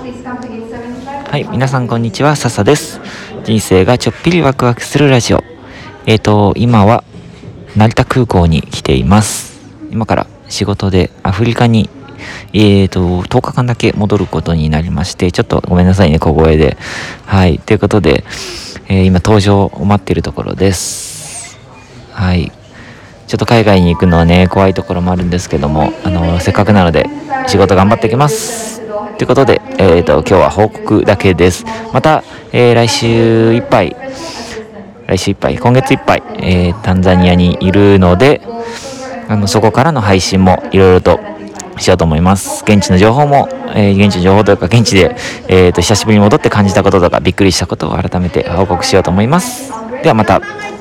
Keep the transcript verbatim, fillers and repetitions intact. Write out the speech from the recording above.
はい、皆さんこんにちは、笹です。人生がちょっぴりワクワクするラジオ。えーと、今は成田空港に来ています。今から仕事でアフリカに、えーと、とおかかんだけ戻ることになりまして、ちょっとごめんなさいね、小声で。はい、ということで、えー、今搭乗を待っているところです。はい。ちょっと海外に行くのはね、怖いところもあるんですけども、あのせっかくなので仕事頑張ってきますということで、えーと、今日は報告だけです。また、えー、来週いっぱい来週いっぱい今月いっぱい、えー、タンザニアにいるので、あのそこからの配信もいろいろとしようと思います。現地の情報も、えー、現地の情報というか現地で、えーと、久しぶりに戻って感じたこととかびっくりしたことを改めて報告しようと思います。ではまた。